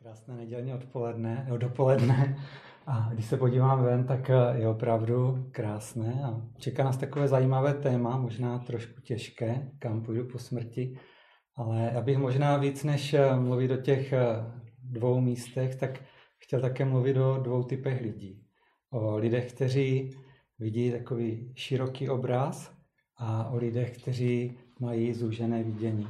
Krásné nedělní odpoledne, dopoledne. A když se podívám ven, tak je opravdu krásné. A čeká nás takové zajímavé téma, možná trošku těžké, kam půjdu po smrti. Ale já bych možná víc, než mluvit o těch dvou místech, tak chtěl také mluvit o dvou typech lidí. O lidech, kteří vidí takový široký obraz a o lidech, kteří mají zúžené vidění.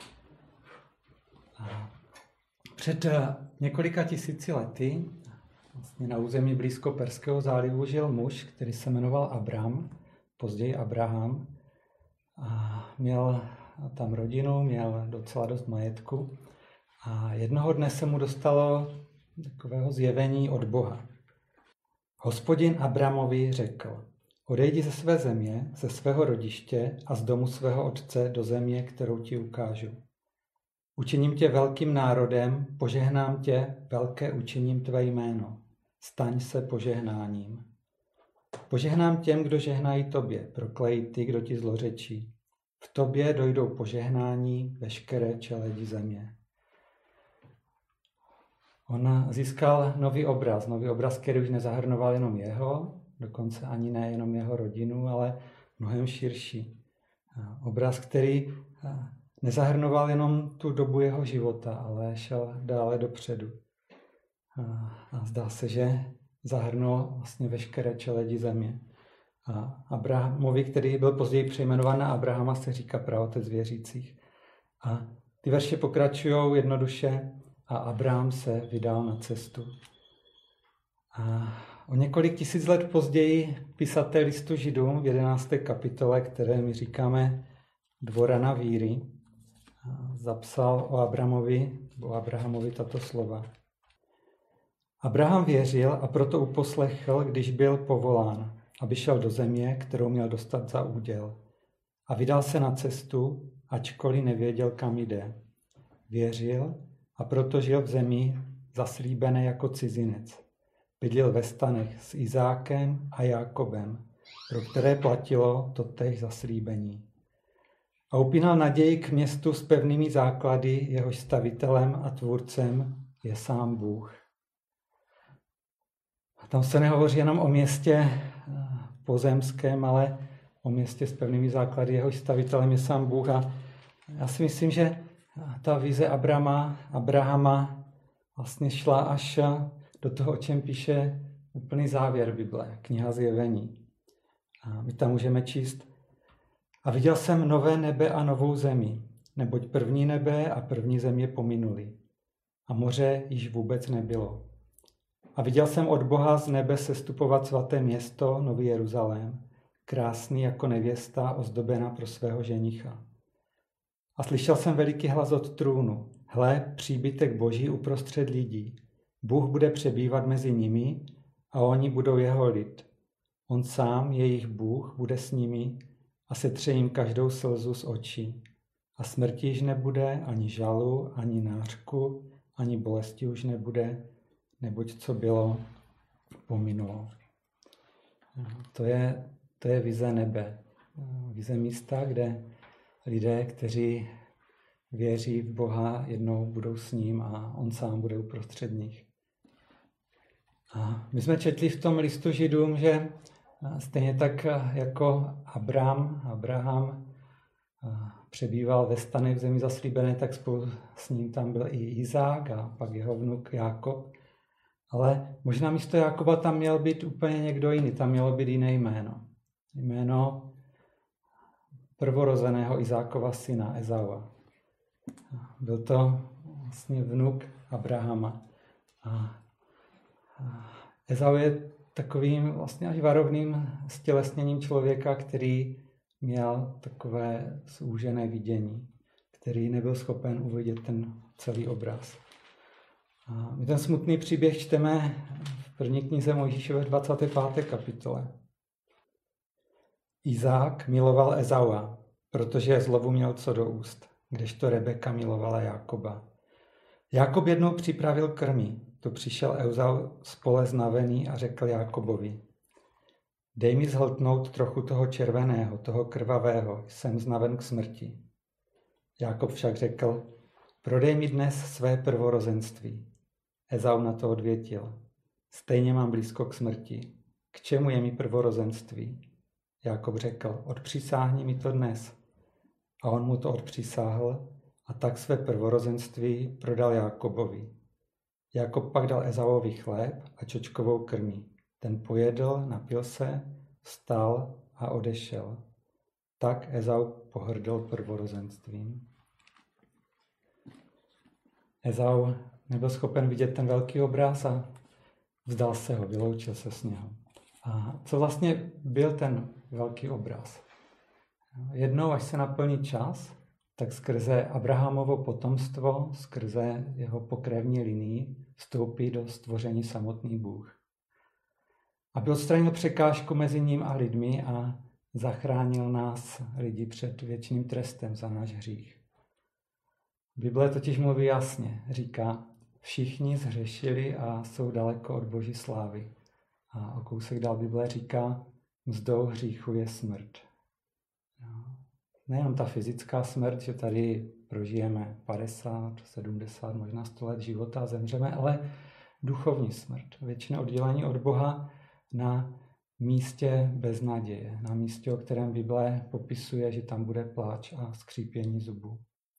Před několika tisíci lety vlastně na území blízko Perského zálivu žil muž, který se jmenoval Abram, později Abraham. A měl tam rodinu, měl docela dost majetku. A jednoho dne se mu dostalo takového zjevení od Boha. Hospodin Abramovi řekl: odejdi ze své země, ze svého rodiště a z domu svého otce do země, kterou ti ukážu. Učiním tě velkým národem, požehnám tě, velké učiním tvé jméno. Staň se požehnáním. Požehnám těm, kdo žehnají tobě, proklej ty, kdo ti zlořečí. V tobě dojdou požehnání veškeré čeledi země. On získal nový obraz, který už nezahrnoval jenom jeho, dokonce ani ne jenom jeho rodinu, ale mnohem širší. Obraz, který nezahrnoval jenom tu dobu jeho života, ale šel dále dopředu. A zdá se, že zahrnul vlastně veškeré čeledi země. A Abrahamovi, který byl později přejmenován na Abrahama, se říká praotec věřících. A ty verše pokračují jednoduše a Abraham se vydal na cestu. A o několik tisíc let později pisatel listu Židům v 11. kapitole, které my říkáme Dvorana víry, zapsal o Abrahamovi tato slova. Abraham věřil a proto uposlechl, když byl povolán, aby šel do země, kterou měl dostat za úděl. A vydal se na cestu, ačkoliv nevěděl, kam jde. Věřil a proto žil v zemi zaslíbené jako cizinec. Bydlil ve stanech s Izákem a Jákobem, pro které platilo totéž zaslíbení. A upínal naději k městu s pevnými základy, jehož stavitelem a tvůrcem je sám Bůh. A tam se nehovoří jenom o městě pozemském, ale o městě s pevnými základy, jehož stavitelem je sám Bůh. A já si myslím, že ta vize Abrahama vlastně šla až do toho, o čem píše úplný závěr Bible, kniha Zjevení. A my tam můžeme číst: a viděl jsem nové nebe a novou zemi, neboť první nebe a první země pominuli. A moře již vůbec nebylo. A viděl jsem od Boha z nebe sestupovat svaté město, Nový Jeruzalém, krásný jako nevěsta, ozdobena pro svého ženicha. A slyšel jsem veliký hlas od trůnu: hle, příbytek Boží uprostřed lidí. Bůh bude přebývat mezi nimi a oni budou jeho lid. On sám, jejich Bůh, bude s nimi a setře jim každou slzu z očí. A smrti již nebude, ani žalu, ani nářku, ani bolesti už nebude, neboť co bylo, pominulo. To je vize nebe. Vize místa, kde lidé, kteří věří v Boha, jednou budou s ním a on sám bude uprostřed nich. A my jsme četli v tom listu Židům, že stejně tak jako Abraham přebýval ve stanech v zemi zaslíbené, tak spolu s ním tam byl i Izák a pak jeho vnuk Jákob. Ale možná místo Jákoba tam měl být úplně někdo jiný, tam mělo být jiné jméno. Jméno prvorozeného Izákova syna Ezaua. Byl to vlastně vnuk Abrahama. A Ezau je takovým vlastně až varovným stělesněním člověka, který měl takové zúžené vidění, který nebyl schopen uvidět ten celý obraz. A my ten smutný příběh čteme v první knize Mojžíšové 25. kapitole. Izák miloval Ezaua, protože zlovu měl co do úst, kdežto Rebeka milovala Jákoba. Jákob jednou připravil krmy, tu přišel Ezau spoleznavený a řekl Jákobovi: dej mi zhltnout trochu toho červeného, toho krvavého, jsem znaven k smrti. Jákob však řekl: prodej mi dnes své prvorozenství. Ezau na to odvětil: Stejně mám blízko k smrti. K čemu je mi prvorozenství? Jákob řekl: Odpřisáhni mi to dnes. A on mu to odpřisáhl a tak své prvorozenství prodal Jákobovi. Jákob pak dal Ezauovi chléb a čočkovou krmí. Ten pojedl, napil se, vstal a odešel. Tak Ezau pohrdl prvorozenstvím. Ezau nebyl schopen vidět ten velký obraz a vzdal se ho, vyloučil se s něho. A co vlastně byl ten velký obraz? Jednou, až se naplní čas, tak skrze Abrahamovo potomstvo, skrze jeho pokrevní linii vstoupí do stvoření samotný Bůh. Aby odstranil překážku mezi ním a lidmi a zachránil nás, lidi, před věčným trestem za náš hřích. Bible totiž mluví jasně, říká: Všichni zhřešili a jsou daleko od Boží slávy. A o kousek dál Bible říká: Mzdou hříchu je smrt. Nejenom ta fyzická smrt, že tady prožijeme 50, 70, možná 100 let života a zemřeme, ale duchovní smrt. Věčné oddělení od Boha na místě beznaděje, na místě, o kterém Bible popisuje, že tam bude pláč a skřípění zubů.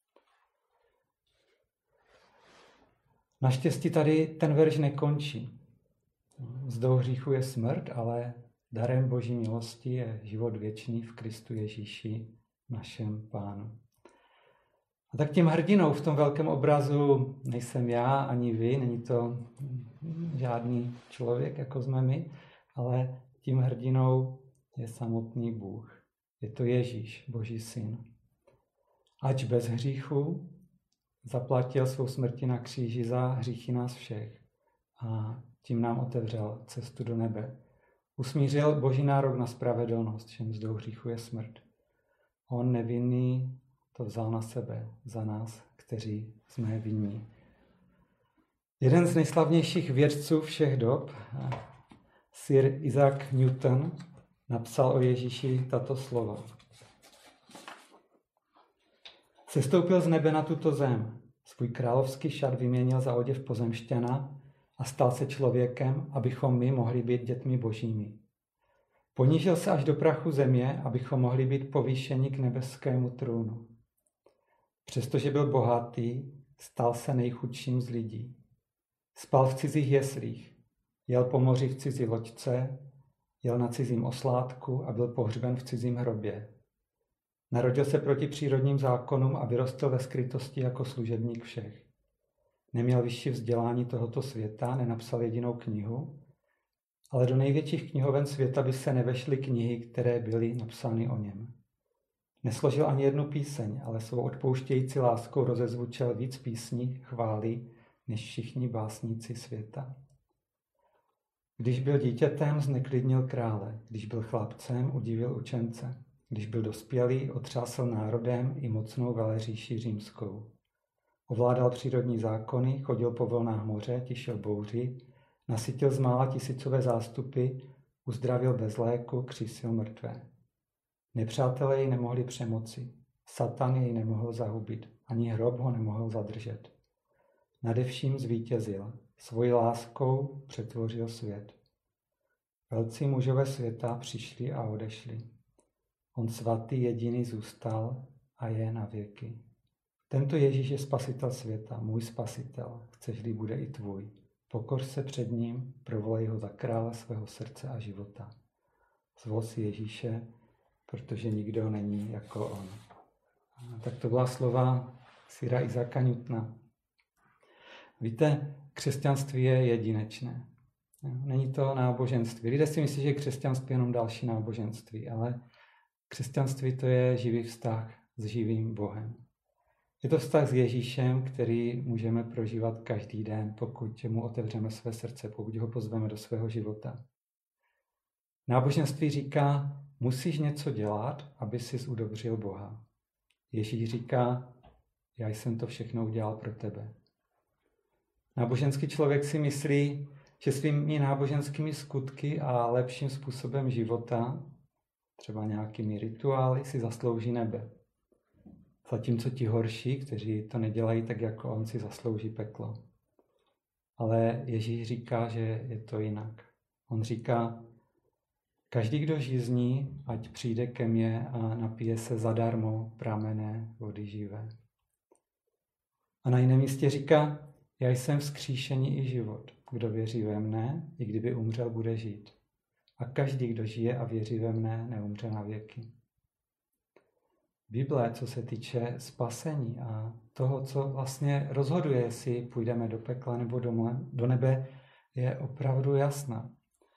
Naštěstí tady ten verš nekončí. Mzdou hříchu je smrt, ale darem Boží milosti je život věčný v Kristu Ježíši, našem Pánu. A tak tím hrdinou v tom velkém obrazu nejsem já ani vy, není to žádný člověk, jako jsme my, ale tím hrdinou je samotný Bůh. Je to Ježíš, Boží syn. Ač bez hříchu zaplatil svou smrti na kříži za hříchy nás všech a tím nám otevřel cestu do nebe. Usmířil Boží nárok na spravedlnost, že mzdou hříchu je smrt. On nevinný to vzal na sebe za nás, kteří jsme vinní. Jeden z nejslavnějších vědců všech dob, Sir Isaac Newton, napsal o Ježíši tato slova. Sestoupil z nebe na tuto zem, svůj královský šat vyměnil za oděv pozemšťana a stal se člověkem, abychom my mohli být dětmi božími. Ponížil se až do prachu země, abychom mohli být povýšeni k nebeskému trůnu. Přestože byl bohatý, stal se nejchudším z lidí. Spal v cizích jeslích, jel po moři v cizí loďce, jel na cizím oslátku a byl pohřben v cizím hrobě. Narodil se proti přírodním zákonům a vyrostl ve skrytosti jako služebník všech. Neměl vyšší vzdělání tohoto světa, nenapsal jedinou knihu, ale do největších knihoven světa by se nevešly knihy, které byly napsány o něm. Nesložil ani jednu píseň, ale svou odpouštějící láskou rozezvučil víc písní chvály než všichni básníci světa. Když byl dítětem, zneklidnil krále, když byl chlapcem, udivil učence, když byl dospělý, otřásl národem i mocnou veleříši římskou. Ovládal přírodní zákony, chodil po vlnách moře, tišil bouři, nasytil z mála tisícové zástupy, uzdravil bez léku, křísil mrtvé. Nepřátelé jej nemohli přemoci, Satan jej nemohl zahubit, ani hrob ho nemohl zadržet. Nadevším zvítězil, svojí láskou přetvořil svět. Velcí mužové světa přišli a odešli. On svatý jediný zůstal a je na věky. Tento Ježíš je spasitel světa, můj spasitel, chceš-li bude i tvůj. Pokor se před ním, provolej ho za krále svého srdce a života. Zvol si Ježíše, protože nikdo není jako on. Tak to byla slova Sira Isaaca Newtona. Víte, křesťanství je jedinečné. Není to náboženství. Lidé si myslí, že křesťanství je jenom další náboženství, ale křesťanství to je živý vztah s živým Bohem. Je to vztah s Ježíšem, který můžeme prožívat každý den, pokud mu otevřeme své srdce, pokud ho pozveme do svého života. Náboženství říká, musíš něco dělat, aby sis udobřil Boha. Ježíš říká, já jsem to všechno udělal pro tebe. Náboženský člověk si myslí, že svými náboženskými skutky a lepším způsobem života, třeba nějakými rituály, si zaslouží nebe. Zatímco ti horší, kteří to nedělají tak jako on, si zaslouží peklo. Ale Ježíš říká, že je to jinak. On říká, každý, kdo žízní, ať přijde ke mně a napije se zadarmo pramenné vody živé. A na jiném místě říká, já jsem vzkříšení i život. Kdo věří ve mne, i kdyby umřel, bude žít. A každý, kdo žije a věří ve mne, neumře na věky. Bible, co se týče spasení a toho, co vlastně rozhoduje, jestli půjdeme do pekla nebo do nebe, je opravdu jasná.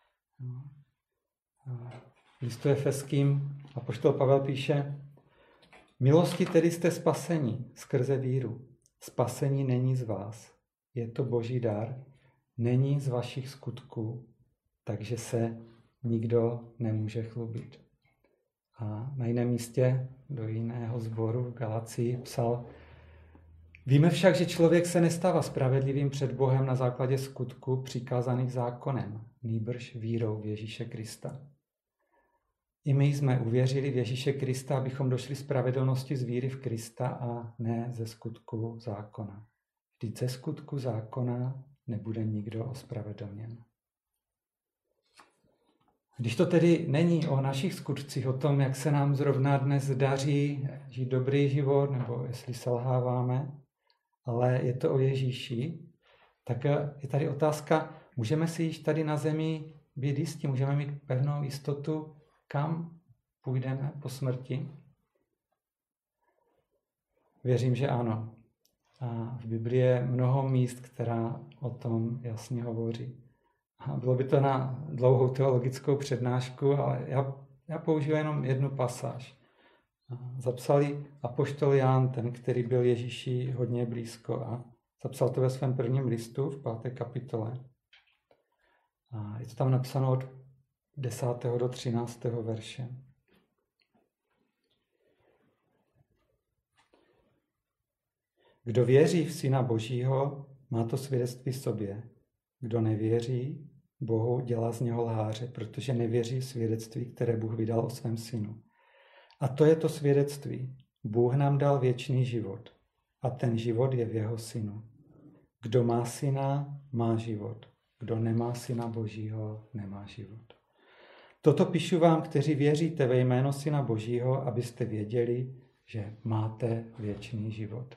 V listu Efeským apoštol Pavel píše, milosti tedy jste spaseni skrze víru. Spasení není z vás, je to Boží dar, není z vašich skutků, takže se nikdo nemůže chlubit. A na jiném místě, do jiného sboru v Galacii psal, víme však, že člověk se nestává spravedlivým před Bohem na základě skutků přikázaných zákonem, nýbrž vírou v Ježíše Krista. I my jsme uvěřili v Ježíše Krista, abychom došli spravedlnosti z víry v Krista a ne ze skutku zákona. Vždyť ze skutku zákona nebude nikdo ospravedlněn. Když to tedy není o našich skutcích, o tom, jak se nám zrovna dnes daří žít dobrý život, nebo jestli selháváme, ale je to o Ježíši, tak je tady otázka, můžeme si již tady na zemi být jistí, můžeme mít pevnou jistotu, kam půjdeme po smrti? Věřím, že ano. A v Biblii je mnoho míst, která o tom jasně hovoří. A bylo by to na dlouhou teologickou přednášku, ale já použiju jenom jednu pasáž. Zapsali apoštol Jan, ten, který byl Ježíši hodně blízko, a zapsal to ve svém prvním listu v 5. kapitole. A je to tam napsáno od 10. do 13. verše. Kdo věří v Syna Božího, má to svědectví sobě. Kdo nevěří Bohu, dělá z něho lháře, protože nevěří v svědectví, které Bůh vydal o svém Synu. A to je to svědectví. Bůh nám dal věčný život. A ten život je v jeho Synu. Kdo má Syna, má život. Kdo nemá Syna Božího, nemá život. Toto píšu vám, kteří věříte ve jméno Syna Božího, abyste věděli, že máte věčný život.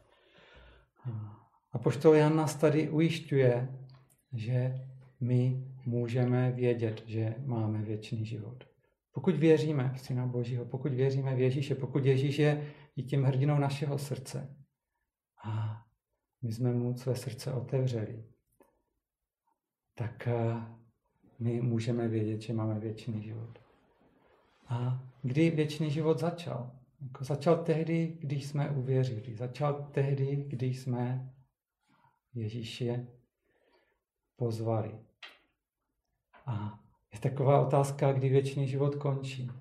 Apoštol Jan nás tady ujišťuje, že my můžeme vědět, že máme věčný život. Pokud věříme v Syna Božího, pokud věříme v Ježíše, pokud Ježíš je i tím hrdinou našeho srdce a my jsme mu své srdce otevřeli, tak my můžeme vědět, že máme věčný život. A kdy věčný život začal? Začal tehdy, když jsme uvěřili. Začal tehdy, když jsme Ježíše pozvali. A je taková otázka, kdy věčný život končí.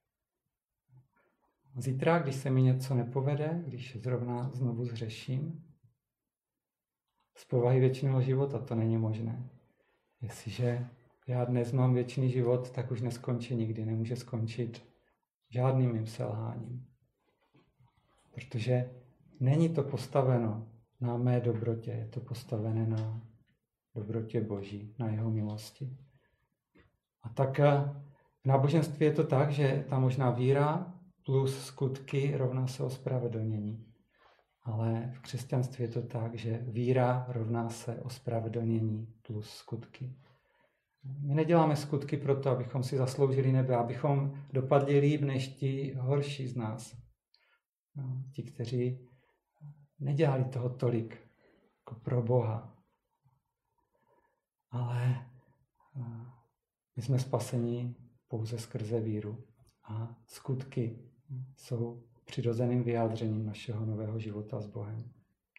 Zítra, když se mi něco nepovede, když zrovna znovu zhřeším, z povahy věčného života to není možné. Jestliže já dnes mám věčný život, tak už neskončí nikdy, nemůže skončit žádným mým selháním. Protože není to postaveno na mé dobrotě, je to postavené na dobrotě Boží, na jeho milosti. A tak v náboženství je to tak, že ta možná víra plus skutky rovná se ospravedlnění. Ale v křesťanství je to tak, že víra rovná se ospravedlnění plus skutky. My neděláme skutky proto, abychom si zasloužili nebe, abychom dopadli líp než ti horší z nás. Ti, kteří nedělali toho tolik jako pro Boha. Ale my jsme spaseni pouze skrze víru. A skutky jsou přirozeným vyjádřením našeho nového života s Bohem.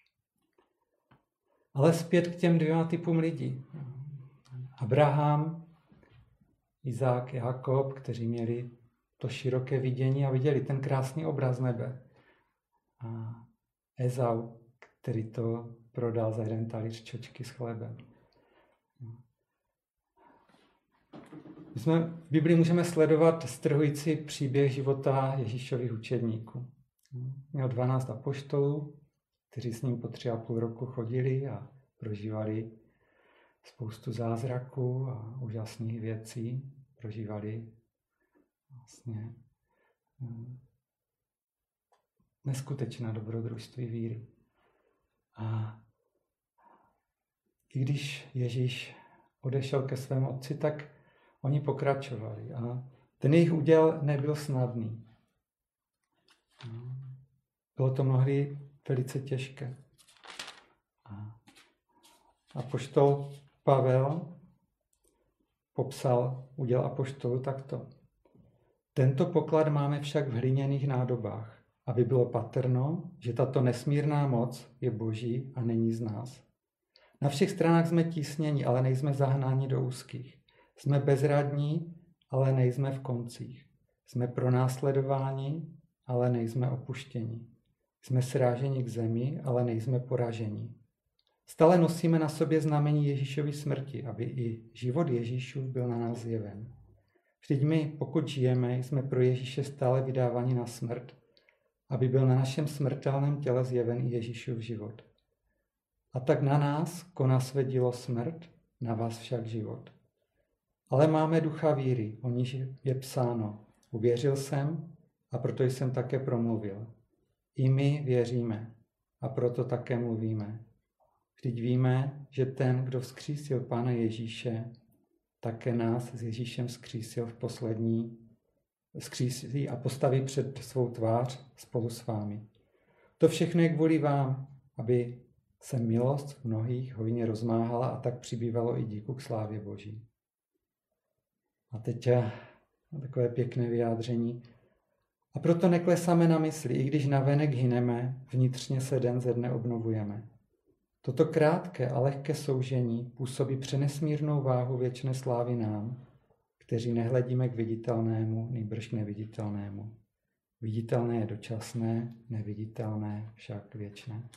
Ale zpět k těm dvěma typům lidí. Abraham, Izák, Jakob, kteří měli to široké vidění a viděli ten krásný obraz nebe. A Ezau, který to prodal za jeden talíř čočky s chlebem. V Biblii můžeme sledovat strhující příběh života Ježíšových učedníků. Měl 12 apoštolů, kteří s ním po 3,5 roku chodili a prožívali spoustu zázraků a úžasných věcí, prožívali vlastně neskutečná dobrodružství víry. A i když Ježíš odešel ke svému otci, tak oni pokračovali. A ten jejich úděl nebyl snadný. Bylo to mnohdy velice těžké. A apoštol Pavel popsal úděl apoštolu takto. Tento poklad máme však v hliněných nádobách, aby bylo patrno, že tato nesmírná moc je boží a není z nás. Na všech stranách jsme tísněni, ale nejsme zahnáni do úzkých. Jsme bezradní, ale nejsme v koncích. Jsme pronásledováni, ale nejsme opuštěni. Jsme sráženi k zemi, ale nejsme poraženi. Stále nosíme na sobě znamení Ježíšovy smrti, aby i život Ježíšův byl na nás zjeven. Vždyť my, pokud žijeme, jsme pro Ježíše stále vydáváni na smrt, aby byl na našem smrtelném těle zjeven i Ježíšův život. A tak na nás koná své dílo smrt, na vás však život. Ale máme ducha víry, o níž je psáno. Uvěřil jsem a proto jsem také promluvil. I my věříme a proto také mluvíme. Vždyť víme, že ten, kdo vzkřísil Pána Ježíše, také nás s Ježíšem vzkřísil v poslední, vzkřísí a postaví před svou tvář spolu s vámi. To všechno je kvůli vám, aby se milost v mnohých hojně rozmáhala a tak přibývalo i díku k slávě Boží. A teď takové pěkné vyjádření. A proto neklesáme na mysli, i když navenek hyneme, vnitřně se den ze dne obnovujeme. Toto krátké a lehké soužení působí přenesmírnou váhu věčné slávy nám, kteří nehledíme k viditelnému, nýbrž k neviditelnému. Viditelné je dočasné, neviditelné však věčné.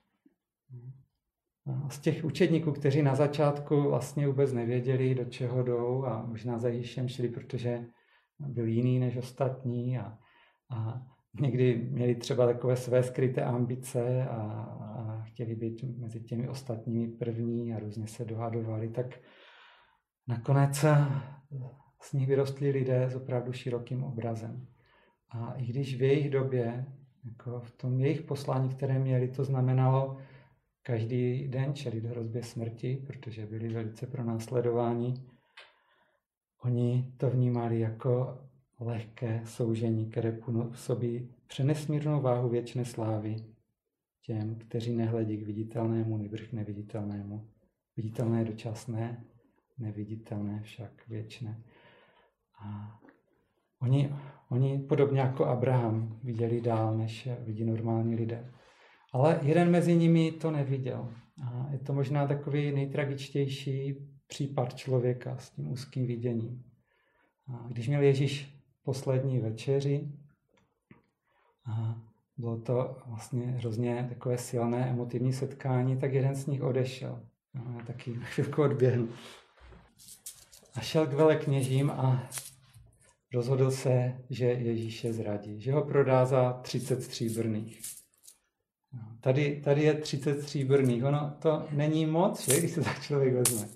A z těch učedníků, kteří na začátku vlastně vůbec nevěděli, do čeho jdou a možná za Ježíšem šli, protože byl jiný než ostatní a někdy měli třeba takové své skryté ambice a chtěli být mezi těmi ostatními první a různě se dohadovali, tak nakonec z nich vyrostli lidé s opravdu širokým obrazem. A i když v jejich době, jako v tom jejich poslání, které měli, to znamenalo každý den čelit hrozbě smrti, protože byli velice pronásledováni, oni to vnímali jako lehké soužení, které působí přenesmírnou váhu věčné slávy těm, kteří nehledí k viditelnému, nýbrž k neviditelnému. Viditelné je dočasné, neviditelné však věčné. A oni podobně jako Abraham viděli dál, než vidí normální lidé. Ale jeden mezi nimi to neviděl. A je to možná takový nejtragičtější případ člověka s tím úzkým viděním. A když měl Ježíš poslední večeři, a bylo to vlastně hrozně takové silné emotivní setkání, tak jeden z nich odešel. Já taky na chvilku odběhnu. A šel k velekněžím a rozhodl se, že Ježíše zradí, že ho prodá za 30 stříbrných. Tady je 30 stříbrných. Ono to není moc, že, když se tak člověk vezme.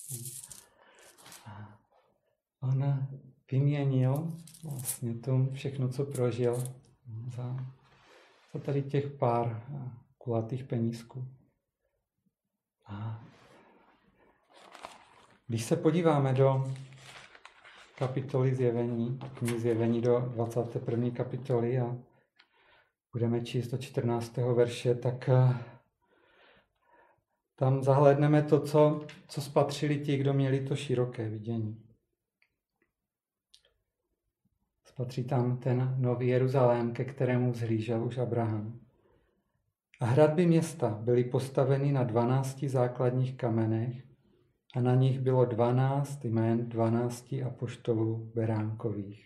On vyměnil vlastně to všechno, co prožil, za tady těch pár kulatých penízků. A když se podíváme do kapitoly Zjevení, knihy Zjevení do 21. kapitoly a budeme číst do 14. verše, tak tam zahlédneme to, co spatřili ti, kdo měli to široké vidění. Spatří tam ten nový Jeruzalém, ke kterému vzhlížel už Abraham. A hradby města byly postaveny na 12 základních kamenech a na nich bylo 12 jmén 12 apoštolů beránkových.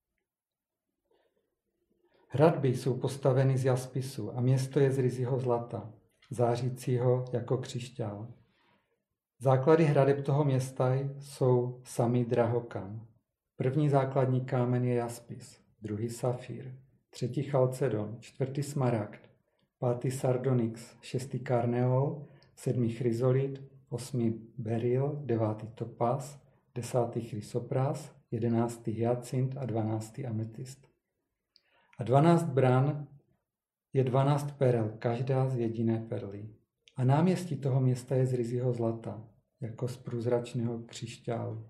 Hradby jsou postaveny z jaspisu a město je z ryzího zlata, zářícího jako křišťál. Základy hradeb toho města jsou samý drahokam. První základní kámen je jaspis, druhý safír, třetí chalcedon, čtvrtý smaragd, pátý sardonyx, šestý karneol, sedmý chryzolit, 8. beryl, 9. topaz, 10. chrysopras, 11. hyacint a 12. ametist. A 12 bran je 12 perel, každá z jediné perly. A náměstí toho města je z ryzího zlata, jako z průzračného křišťálu.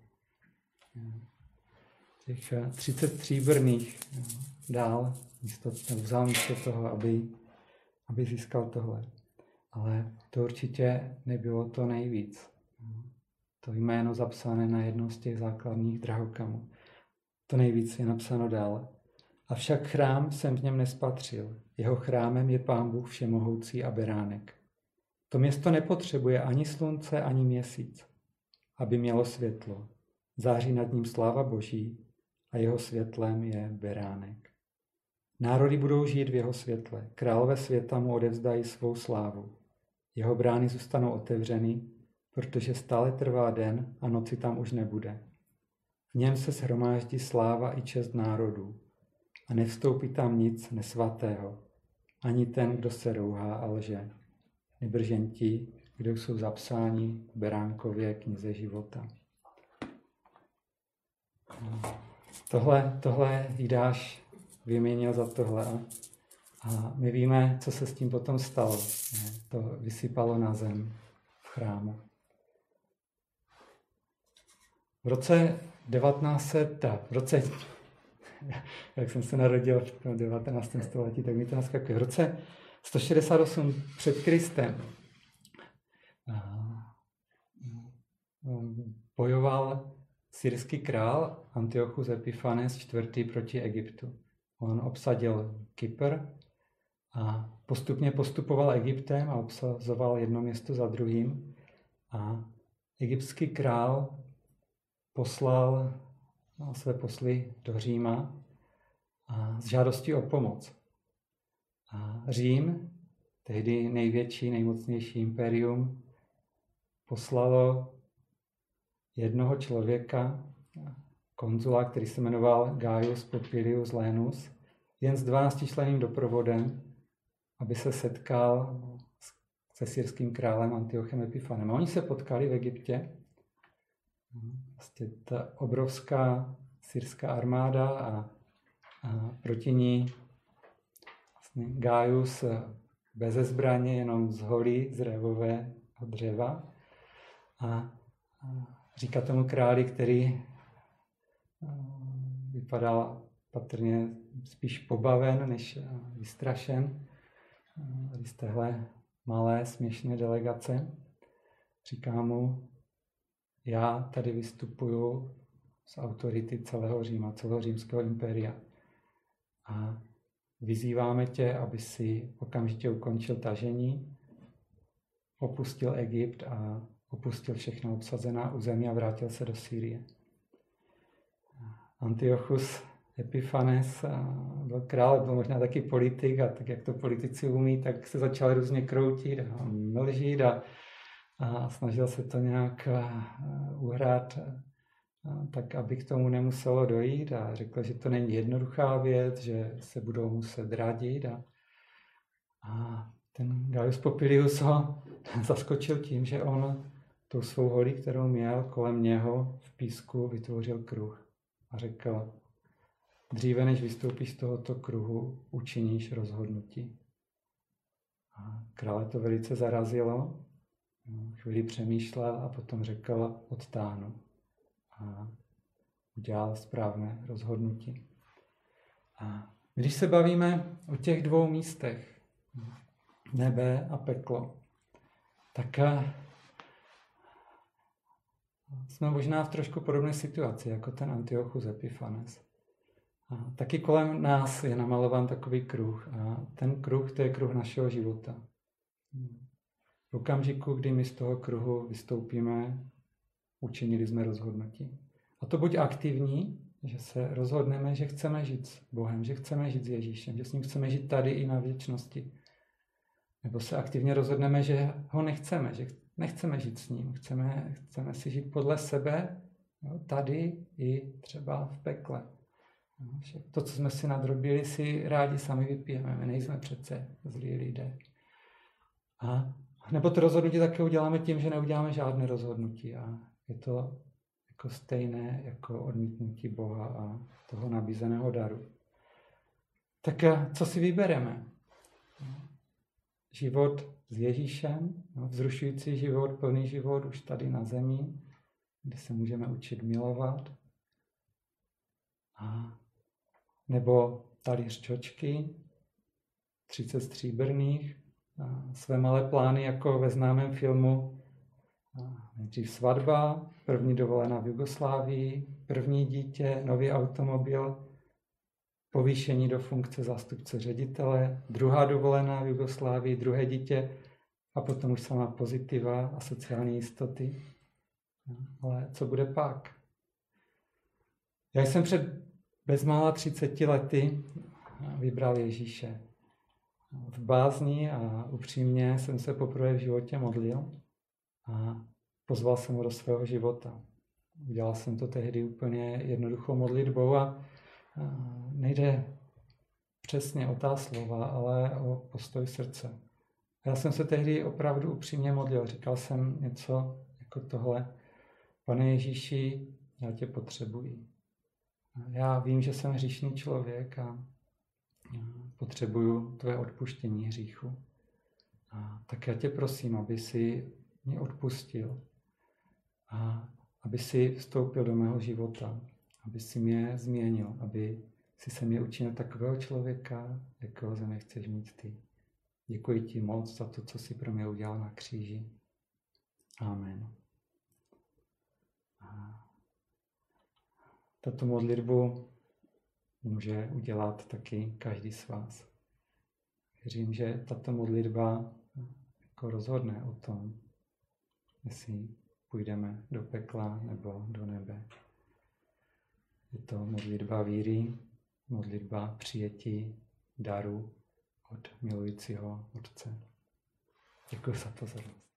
Těch 30 stříbrných dál, vzal místo toho, aby získal tohle. Ale to určitě nebylo to nejvíc. To jméno zapsané na jednou z těch základních drahokamů. To nejvíc je napsáno dál. Avšak chrám jsem v něm nespatřil. Jeho chrámem je Pán Bůh všemohoucí a beránek. To město nepotřebuje ani slunce, ani měsíc, aby mělo světlo. Září nad ním sláva Boží a jeho světlem je beránek. Národy budou žít v jeho světle. Králové světa mu odevzdají svou slávu. Jeho brány zůstanou otevřeny, protože stále trvá den a noci tam už nebude. V něm se shromáždí sláva i čest národů a nevstoupí tam nic nesvatého, ani ten, kdo se rouhá a lže, nýbrž jen ti, kdo jsou zapsáni v beránkově knize života. Tohle Jidáš vyměnil za tohle a my víme, co se s tím potom stalo. To vysypalo na zem v chrámu. V roce 1900, jak jsem se narodil v 19. století, tak mi to naskakuje. V roce 168 před Kristem bojoval syrský král Antiochus Epiphanes IV. Proti Egyptu. On obsadil Kypr a postupně postupoval Egyptem a obsazoval jedno město za druhým. A egyptský král poslal své posly do Říma a s žádostí o pomoc. A Řím, tehdy největší, nejmocnější impérium, poslalo jednoho člověka, konzula, který se jmenoval Gaius Popilius Laenus, jen s 12členným doprovodem, aby se setkal se syrským králem Antiochem Epiphanem. A oni se potkali v Egyptě. Vlastně ta obrovská syrská armáda a proti ní vlastně Gaius bez zbraně, jenom z holí, z révového dřeva. A říká tomu králi, který vypadal patrně spíš pobaven, než vystrašen z téhle malé, směšné delegace. Říká mu, já tady vystupuju z autority celého Říma, celého římského impéria. A vyzýváme tě, aby si okamžitě ukončil tažení, opustil Egypt a opustil všechno obsazená území a vrátil se do Sýrie. Antiochus Epiphanes byl král, byl možná taky politik a tak, jak to politici umí, tak se začal různě kroutit a mlžit a snažil se to nějak uhrát tak, aby k tomu nemuselo dojít a řekl, že to není jednoduchá věc, že se budou muset radit a ten Gaius Popilius ho zaskočil tím, že on tou svou holí, kterou měl kolem něho v písku, vytvořil kruh a řekl, dříve než vystoupíš z tohoto kruhu, učiníš rozhodnutí. A krále to velice zarazilo, chvíli přemýšlel a potom řekl, odtáhnu. A udělal správné rozhodnutí. A když se bavíme o těch dvou místech, nebe a peklo, tak jsme možná v trošku podobné situaci, jako ten Antiochus Epiphanes. A taky kolem nás je namalován takový kruh. A ten kruh, to je kruh našeho života. V okamžiku, kdy my z toho kruhu vystoupíme, učinili jsme rozhodnutí. A to buď aktivní, že se rozhodneme, že chceme žít s Bohem, že chceme žít s Ježíšem, že s ním chceme žít tady i na věčnosti. Nebo se aktivně rozhodneme, že ho nechceme, že nechceme žít s ním. Chceme si žít podle sebe, tady i třeba v pekle. To, co jsme si nadrobili, si rádi sami vypijeme. My nejsme přece zlí lidé. A Nebo to rozhodnutí také uděláme tím, že neuděláme žádné rozhodnutí a je to jako stejné jako odmítnutí Boha a toho nabízeného daru. Tak co si vybereme? Život s Ježíšem, vzrušující život, plný život už tady na zemi, kde se můžeme učit milovat. Nebo talíř čočky, 30 stříbrných, své malé plány jako ve známém filmu. Nejdřív svatba, první dovolená v Jugoslávii, první dítě, nový automobil, povýšení do funkce zástupce ředitele, druhá dovolená v Jugoslávii, druhé dítě a potom už sama pozitiva a sociální jistoty. Ale co bude pak? Já jsem před bezmála 30 lety vybral Ježíše. V bázni a upřímně jsem se poprvé v životě modlil a pozval jsem ho do svého života. Udělal jsem to tehdy úplně jednoduchou modlitbou a nejde přesně o ta slova, ale o postoj srdce. Já jsem se tehdy opravdu upřímně modlil. Říkal jsem něco jako tohle: Pane Ježíši, já tě potřebuji. Já vím, že jsem hříšný člověk a potřebuju tvé odpuštění hříchu. Tak já tě prosím, aby si mě odpustil a aby si vstoupil do mého života, aby si mě změnil, aby si se mě učinil takového člověka, jakého ze mě chceš mít ty. Děkuji ti moc za to, co jsi pro mě udělal na kříži. Amen. Tato modlitbu může udělat taky každý z vás. Věřím, že tato modlitba jako rozhodne o tom, jestli půjdeme do pekla nebo do nebe. Je to modlitba víry, modlitba přijetí daru od milujícího Otce. Děkuji za pozornost.